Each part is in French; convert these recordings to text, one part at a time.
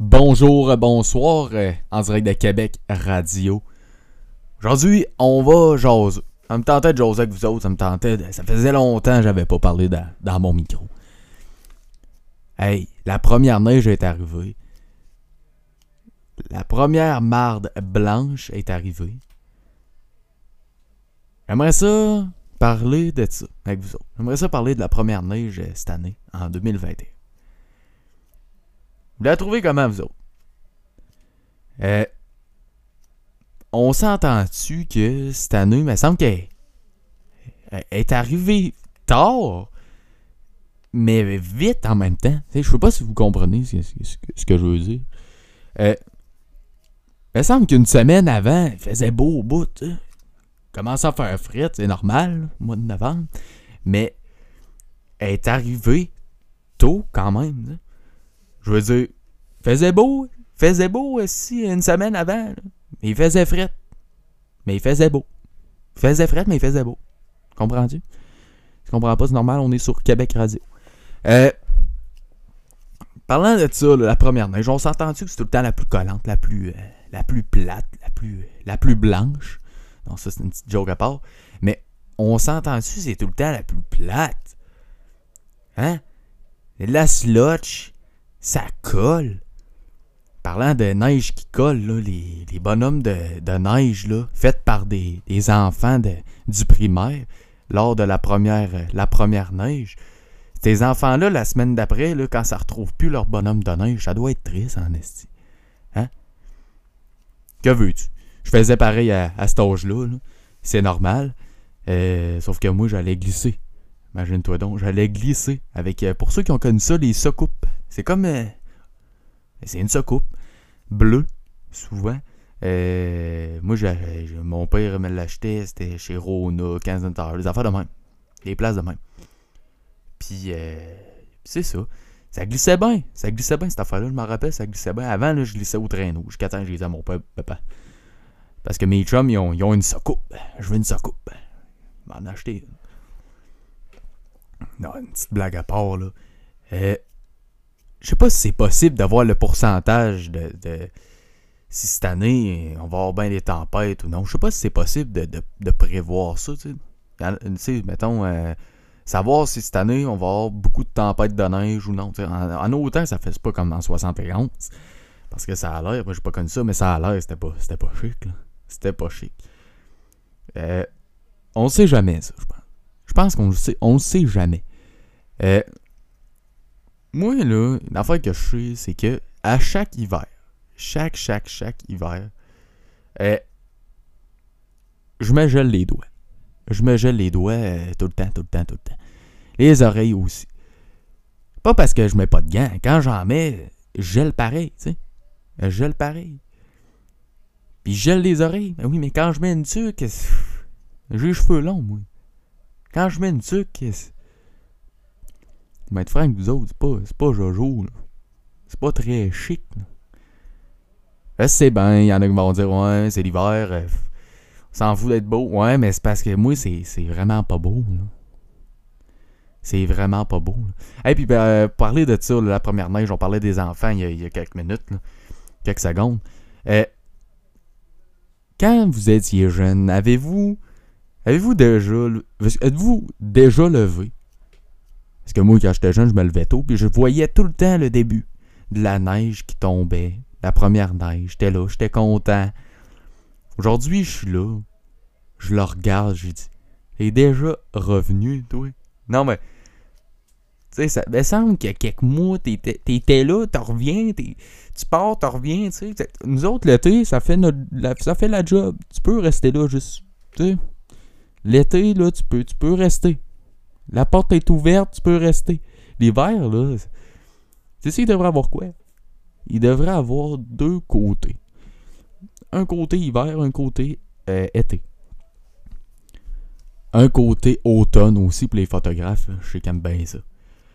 Bonjour, bonsoir, en direct de Québec Radio. Aujourd'hui, on va jaser. Ça me tentait de jaser avec vous autres, ça faisait longtemps que j'avais pas parlé dans mon micro. Hey, la première neige est arrivée. La première marde blanche est arrivée. J'aimerais ça parler de ça avec vous autres. J'aimerais ça parler de la première neige cette année, en 2021. Vous la trouvez comment, vous autres? On s'entend-tu que cette année, il me semble qu'elle est arrivée tard, mais vite en même temps. Je sais pas si vous comprenez ce que je veux dire. Il me semble qu'une semaine avant, il faisait beau au bout. T'sais. Commençait à faire fret, c'est normal, au mois de novembre. Mais elle est arrivée tôt quand même. T'sais. Je veux dire, faisait beau aussi une semaine avant. Là. Il faisait fret, mais il faisait beau. Il faisait fret, mais il faisait beau. Comprends-tu? Tu comprends pas, c'est normal, on est sur Québec Radio. Parlant de ça, là, la première neige, on s'entend-tu que c'est tout le temps la plus collante, la plus plate, la plus blanche? Non, ça c'est une petite joke à part. Mais on s'entend-tu que c'est tout le temps la plus plate? Hein? La slotch, ça colle. Parlant de neige qui colle, là, les bonhommes de neige là, faits par des enfants du primaire lors de la première neige. Ces enfants-là, la semaine d'après, là, quand ça retrouve plus leur bonhomme de neige, ça doit être triste en esti. Hein? Que veux-tu? Je faisais pareil à cet âge-là. Là. C'est normal. Sauf que moi, j'allais glisser. Imagine-toi donc, j'allais glisser avec... pour ceux qui ont connu ça, les soucoupes. C'est comme... c'est une soucoupe bleue, souvent. Moi, mon père me l'achetait, c'était chez Rona, 15 $, les affaires de même. Les places de même. Puis, c'est ça. Ça glissait bien, cette affaire-là. Je m'en rappelle, ça glissait bien. Avant, là, je glissais au traîneau. Jusqu'à temps que je disais à mon papa. Parce que mes chums, ils ont une soucoupe. Je veux une soucoupe. Je m'en acheter. Non, une petite blague à part, là. Je sais pas si c'est possible d'avoir le pourcentage de si cette année, on va avoir bien des tempêtes ou non. Je sais pas si c'est possible de prévoir ça, tu sais. Mettons, savoir si cette année, on va avoir beaucoup de tempêtes de neige ou non. En autant, ça fait pas comme en 71. Parce que ça a l'air, moi j'ai pas connu ça, mais ça a l'air, c'était pas chic, là. C'était pas chic. On le sait jamais, ça, je pense. Je pense on le sait jamais. Moi, là, une affaire que je sais, c'est que à chaque hiver, chaque hiver, je me gèle les doigts. Je me gèle les doigts tout le temps. Les oreilles aussi. Pas parce que je mets pas de gants. Quand j'en mets, je gèle pareil, tu sais. Je gèle pareil. Puis je gèle les oreilles. Ben oui, mais quand je mets une tuque, j'ai les cheveux longs, moi. Quand je mets une tuque, mais être franc avec vous autres, c'est pas Jojo, là. C'est pas très chic, là. Je sais bien, il y en a qui vont dire, ouais, c'est l'hiver, on s'en fout d'être beau. Ouais, mais c'est parce que moi, c'est vraiment pas beau, là. C'est vraiment pas beau, là. Et puis, parler de ça, là, la première neige, on parlait des enfants il y a quelques minutes, là, quelques secondes. Quand vous étiez jeune, êtes-vous déjà levé? Parce que moi, quand j'étais jeune, je me levais tôt, puis je voyais tout le temps le début de la neige qui tombait, la première neige. J'étais là, j'étais content. Aujourd'hui, je suis là, je le regarde, je dis, t'es déjà revenu, toi? Non, mais, tu sais, ça me semble qu'il y a quelques mois, t'étais là, t'en reviens, tu pars, t'en reviens, tu sais. Nous autres, l'été, ça fait la job. Tu peux rester là, juste, tu sais. L'été, là, tu peux rester. La porte est ouverte, tu peux rester. L'hiver, là, tu sais, il devrait avoir quoi? Il devrait avoir deux côtés. Un côté hiver, un côté été. Un côté automne aussi pour les photographes. Je sais qu'ils aiment bien ça.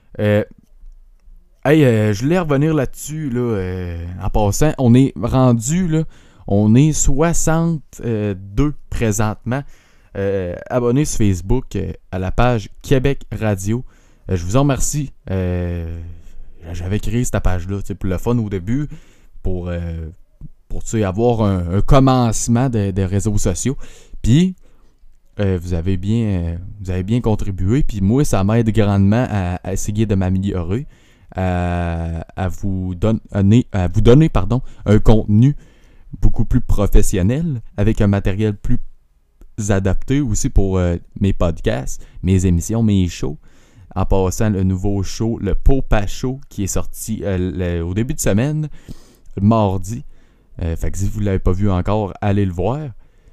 Je voulais revenir là-dessus, là, en passant. On est rendu, là, on est 62 présentement. Abonnez sur Facebook à la page Québec Radio. Je vous en remercie. J'avais créé cette page-là pour le fun au début. pour tu sais, avoir un commencement de réseaux sociaux. Puis, vous avez bien contribué. Puis moi, ça m'aide grandement à essayer de m'améliorer, à vous donner un contenu beaucoup plus professionnel, avec un matériel plus adapté aussi pour mes podcasts, mes émissions, mes shows. En passant, le nouveau show, le Popa Show, qui est sorti au début de semaine, le mardi. Fait que si vous ne l'avez pas vu encore, allez le voir.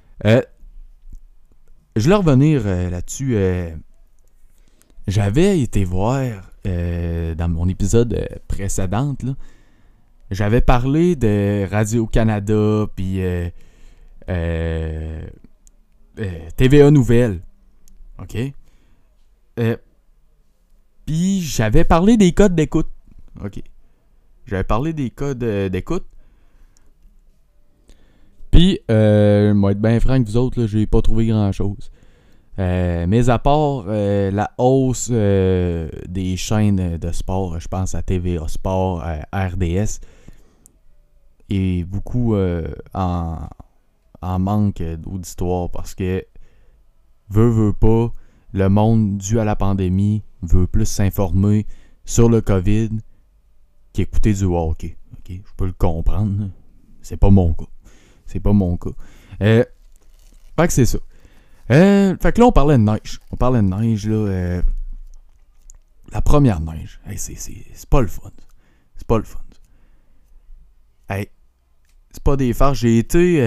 Je voulais revenir là-dessus. J'avais été voir dans mon épisode précédent, là, j'avais parlé de Radio-Canada puis TVA Nouvelles. OK? Puis j'avais parlé des codes d'écoute. OK. J'avais parlé des codes d'écoute. Puis, moi être bien franc avec vous autres, là, j'ai pas trouvé grand-chose. Mais à part la hausse des chaînes de sport, je pense à TVA Sport, à RDS, et beaucoup en manque d'auditoire parce que veut pas, le monde dû à la pandémie veut plus s'informer sur le COVID qu'écouter du hockey. Okay? Je peux le comprendre. Là. C'est pas mon cas. Fait que c'est ça. Fait que là, on parlait de neige. Là. La première neige. Hey, c'est pas le fun. Hey, c'est pas des farces. J'ai été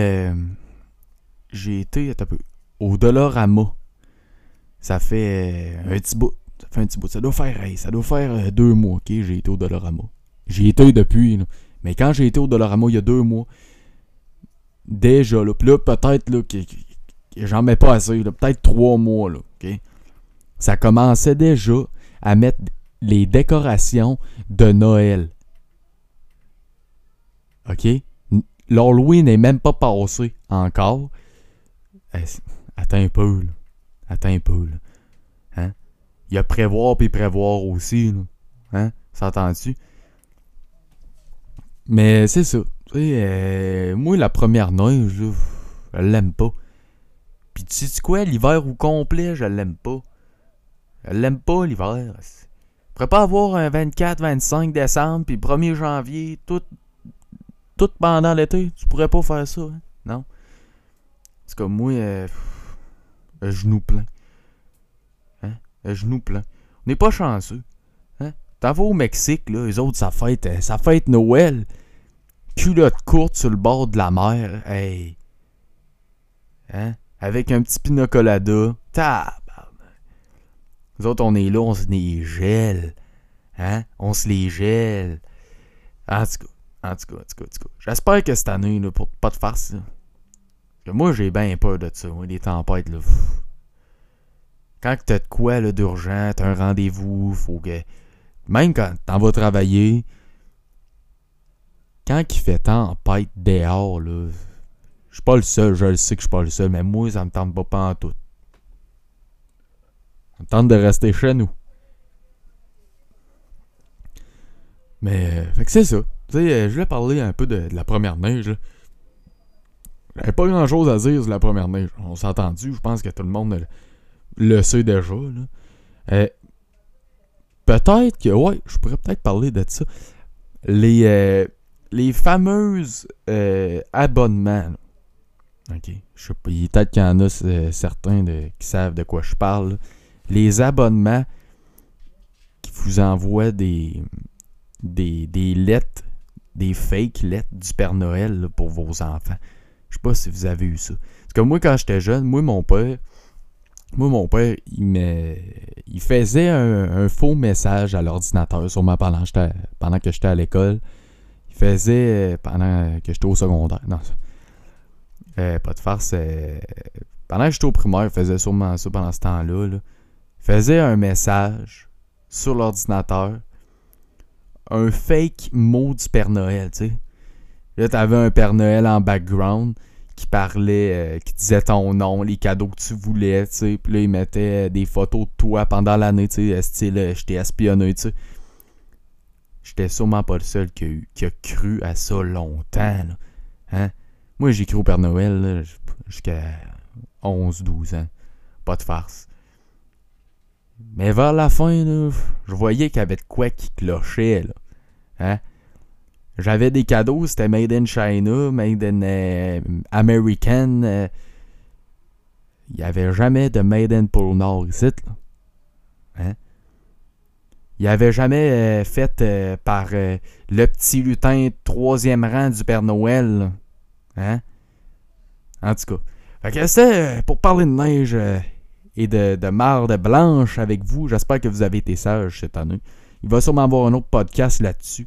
un peu au Dollarama. Ça fait un petit bout. Ça doit faire 2 mois, OK, j'ai été au Dollarama. J'y étais depuis, là. Mais quand j'ai été au Dollarama il y a 2 mois, déjà, là, pis là, peut-être là, que j'en mets pas assez, là, peut-être 3 mois, là, OK? Ça commençait déjà à mettre les décorations de Noël. OK? L'Halloween n'est même pas passé encore. Attends un peu, là. Hein? Il y a prévoir puis prévoir aussi, là. Hein? S'entend-tu? Mais c'est ça. Tu sais, moi, la première neige, là, je l'aime pas. Pis tu sais quoi, l'hiver au complet, je l'aime pas. Je l'aime pas, l'hiver. Je pourrais pas avoir un 24-25 décembre, puis 1er janvier, tout pendant l'été. Tu pourrais pas faire ça, hein? Non. C'est comme moi, genou plein. Hein? Genou plein. On n'est pas chanceux. Hein? T'en vas au Mexique, là, eux autres, ça fête Noël. Culotte courte sur le bord de la mer. Hey. Hein? Avec un petit pina colada. Nous autres, on est là, on se les gèle. Hein? On se les gèle. En tout cas. J'espère que cette année, là, pour pas de farce, là. Parce que moi, j'ai bien peur de ça. Moi, des tempêtes, là. Quand t'as de quoi, là, d'urgent, t'as un rendez-vous, faut que... Même quand t'en vas travailler, quand il fait tempête dehors, là... Je suis pas le seul, je le sais que je suis pas le seul, mais moi, ça me tente pas pantoute. Ça me tente de rester chez nous. Mais, fait que c'est ça. Tu sais, je voulais parler un peu de la première neige, là. J'avais pas grand chose à dire sur la première neige. On s'est entendu, je pense que tout le monde le sait déjà, là. Peut-être que, ouais, je pourrais peut-être parler de ça. Les fameuses abonnements, là. OK. Je sais pas, peut-être qu'il y en a certains qui savent de quoi je parle, là. Les abonnements qui vous envoient des lettres, des fake lettres du Père Noël, là, pour vos enfants. Je sais pas si vous avez eu ça. Parce que moi, quand j'étais jeune, mon père, il faisait un faux message à l'ordinateur, sûrement pendant que j'étais à l'école. Il faisait, pendant que j'étais au secondaire. Non, pas de farce. Pendant que j'étais au primaire, il faisait sûrement ça pendant ce temps-là. Là. Il faisait un message sur l'ordinateur. Un fake mot du Père Noël, tu sais. Là, t'avais un Père Noël en background qui parlait, qui disait ton nom, les cadeaux que tu voulais, tu sais. Puis là, il mettait des photos de toi pendant l'année, tu sais. Style, je t'ai espionné, tu sais. j'étais sûrement pas le seul qui a cru à ça longtemps. Là. Hein? Moi, j'ai cru au Père Noël là, jusqu'à 11-12 ans. Pas de farce. Mais vers la fin, là, je voyais qu'il y avait de quoi qui clochait. Là. Hein? J'avais des cadeaux, c'était Made in China, Made in American. Il n'y avait jamais de Made in Pôle Nord ici. Là. Hein? Il n'y avait jamais fait par le petit lutin 3e rang du Père Noël. Là. Hein? En tout cas. Fait que c'est pour parler de neige et de marde blanche avec vous. J'espère que vous avez été sages cette année. Il va sûrement y avoir un autre podcast là-dessus.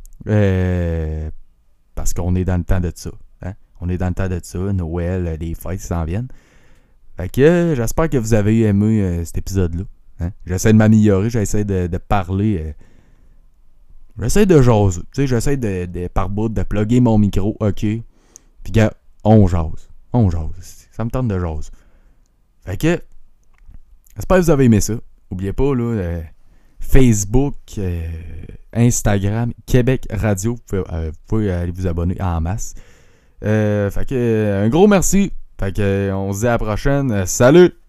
Parce qu'on est dans le temps de ça. Hein? On est dans le temps de ça. Noël, les fêtes s'en viennent. Fait que j'espère que vous avez aimé cet épisode-là. Hein? J'essaie de m'améliorer. J'essaie de parler. J'essaie de jaser. Tu sais, j'essaie de par bout de plugger mon micro. OK. Puis gars, on jase. On jase. Ça me tente de jaser. Fait que j'espère que vous avez aimé ça. N'oubliez pas, là, Facebook, Instagram, Québec Radio. Vous pouvez aller vous abonner en masse. Fait que un gros merci. Fait que on se dit à la prochaine. Salut!